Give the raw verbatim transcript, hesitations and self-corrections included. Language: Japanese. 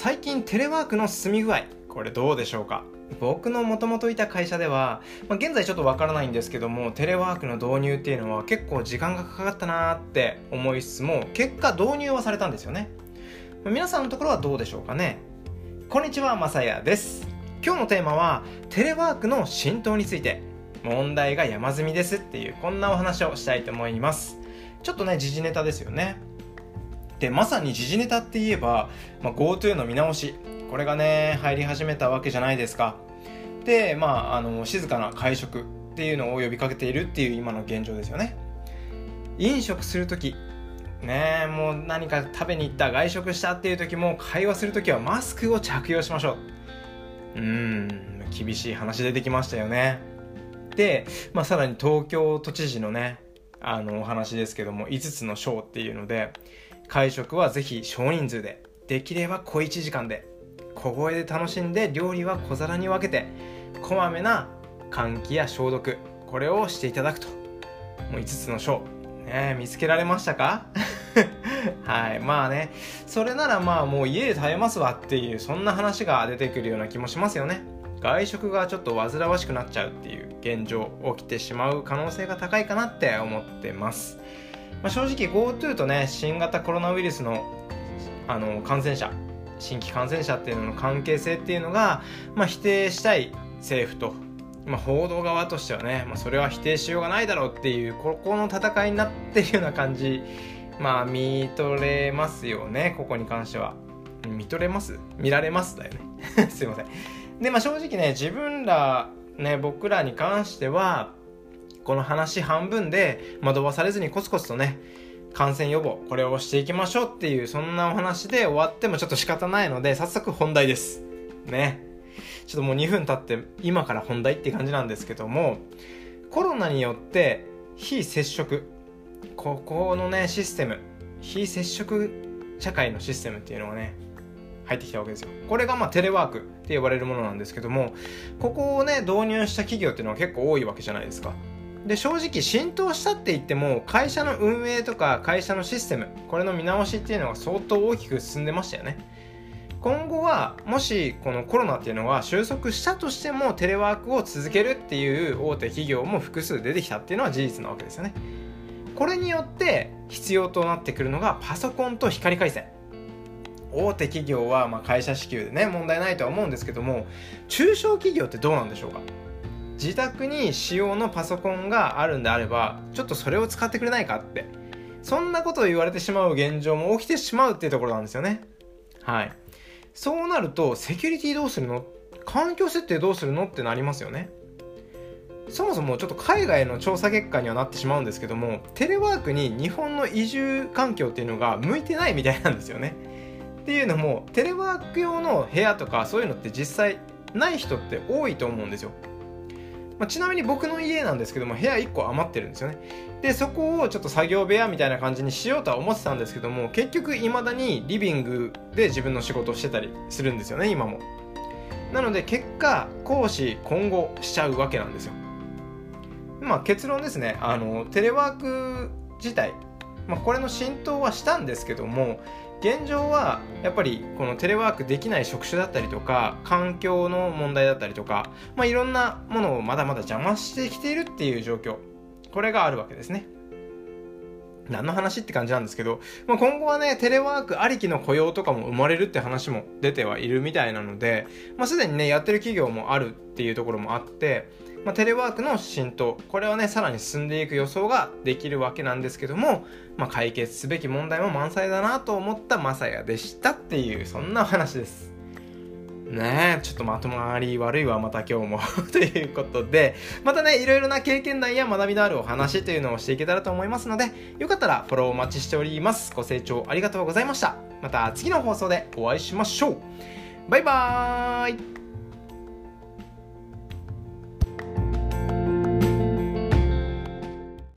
最近テレワークの進み具合、これどうでしょうか。僕のもともといた会社では、まあ、現在ちょっとわからないんですけども、テレワークの導入っていうのは結構時間がかかったなーって思いつつも、結果導入はされたんですよね。まあ、皆さんのところはどうでしょうかね。こんにちは、まさやです。今日のテーマはテレワークの浸透について、問題が山積みですっていう、こんなお話をしたいと思います。ちょっとね、時事ネタですよね。で、まさに時事ネタって言えば、まあ、GoTo の見直し、これがね入り始めたわけじゃないですか。で、まあ、あの静かな会食っていうのを呼びかけているっていう今の現状ですよね。飲食するときね、もう何か食べに行った、外食したっていう時も、会話するときはマスクを着用しましょう。うーん厳しい話出てきましたよね。で、まあ、さらに東京都知事のねあのお話ですけども、いつつの小っていうので、会食はぜひ少人数で、できれば小いちじかんで、小声で楽しんで、料理は小皿に分けて、こまめな換気や消毒、これをしていただくと。もういつつの章、ね、見つけられましたかはい、まあね、それならまあもう家で食べますわっていう、そんな話が出てくるような気もしますよね。外食がちょっと煩わしくなっちゃうっていう現状、起きてしまう可能性が高いかなって思ってます。まあ、正直 GoTo とね、新型コロナウイルスの、あの感染者、新規感染者っていうのの関係性っていうのが、まあ、否定したい政府と、まあ、報道側としてはね、まあ、それは否定しようがないだろうっていう、ここの戦いになってるような感じ、まあ見とれますよね。ここに関しては見とれます見られますだよねすいません。で、まあ、正直ね、自分らね、僕らに関してはこの話半分で惑わされずに、コツコツとね、感染予防、これをしていきましょうっていう、そんなお話で終わってもちょっと仕方ないので、早速本題ですね。ちょっともうにふん経って今から本題って感じなんですけども、コロナによって非接触、ここのねシステム、非接触社会のシステムっていうのがね入ってきたわけですよ。これがまあテレワークって呼ばれるものなんですけども、ここをね導入した企業っていうのは結構多いわけじゃないですか。で、正直浸透したって言っても、会社の運営とか会社のシステム、これの見直しっていうのが相当大きく進んでましたよね。今後はもしこのコロナっていうのが収束したとしても、テレワークを続けるっていう大手企業も複数出てきたっていうのは事実なわけですよね。これによって必要となってくるのがパソコンと光回線。大手企業はまあ会社支給でね問題ないとは思うんですけども、中小企業ってどうなんでしょうか。自宅に使用のパソコンがあるんであれば、ちょっとそれを使ってくれないかって、そんなことを言われてしまう現状も起きてしまうっていうところなんですよね。はい。そうなると、セキュリティどうするの、環境設定どうするのってなりますよね。そもそもちょっと海外の調査結果にはなってしまうんですけども、テレワークに日本の移住環境っていうのが向いてないみたいなんですよね。っていうのも、テレワーク用の部屋とかそういうのって実際ない人って多いと思うんですよ。まあ、ちなみに僕の家なんですけども、部屋いっこ余ってるんですよね。で、そこをちょっと作業部屋みたいな感じにしようとは思ってたんですけども、結局未だにリビングで自分の仕事をしてたりするんですよね、今も。なので結果、公私混合しちゃうわけなんですよ。まあ結論ですね、あのテレワーク自体、まあ、これの浸透はしたんですけども、現状はやっぱりこのテレワークできない職種だったりとか、環境の問題だったりとか、まあ、いろんなものをまだまだ邪魔してきているっていう状況、これがあるわけですね。何の話って感じなんですけど、まあ、今後はねテレワークありきの雇用とかも生まれるって話も出てはいるみたいなので、まあ、すでにねやってる企業もあるっていうところもあって、まあ、テレワークの浸透、これはねさらに進んでいく予想ができるわけなんですけども、まあ、解決すべき問題も満載だなと思ったまさやでしたっていう、そんなお話ですね。えちょっとまとまり悪いわまた今日もということで、またねいろいろな経験談や学びのあるお話というのをしていけたらと思いますので、よかったらフォローお待ちしております。ご清聴ありがとうございました。また次の放送でお会いしましょう。バイバーイ。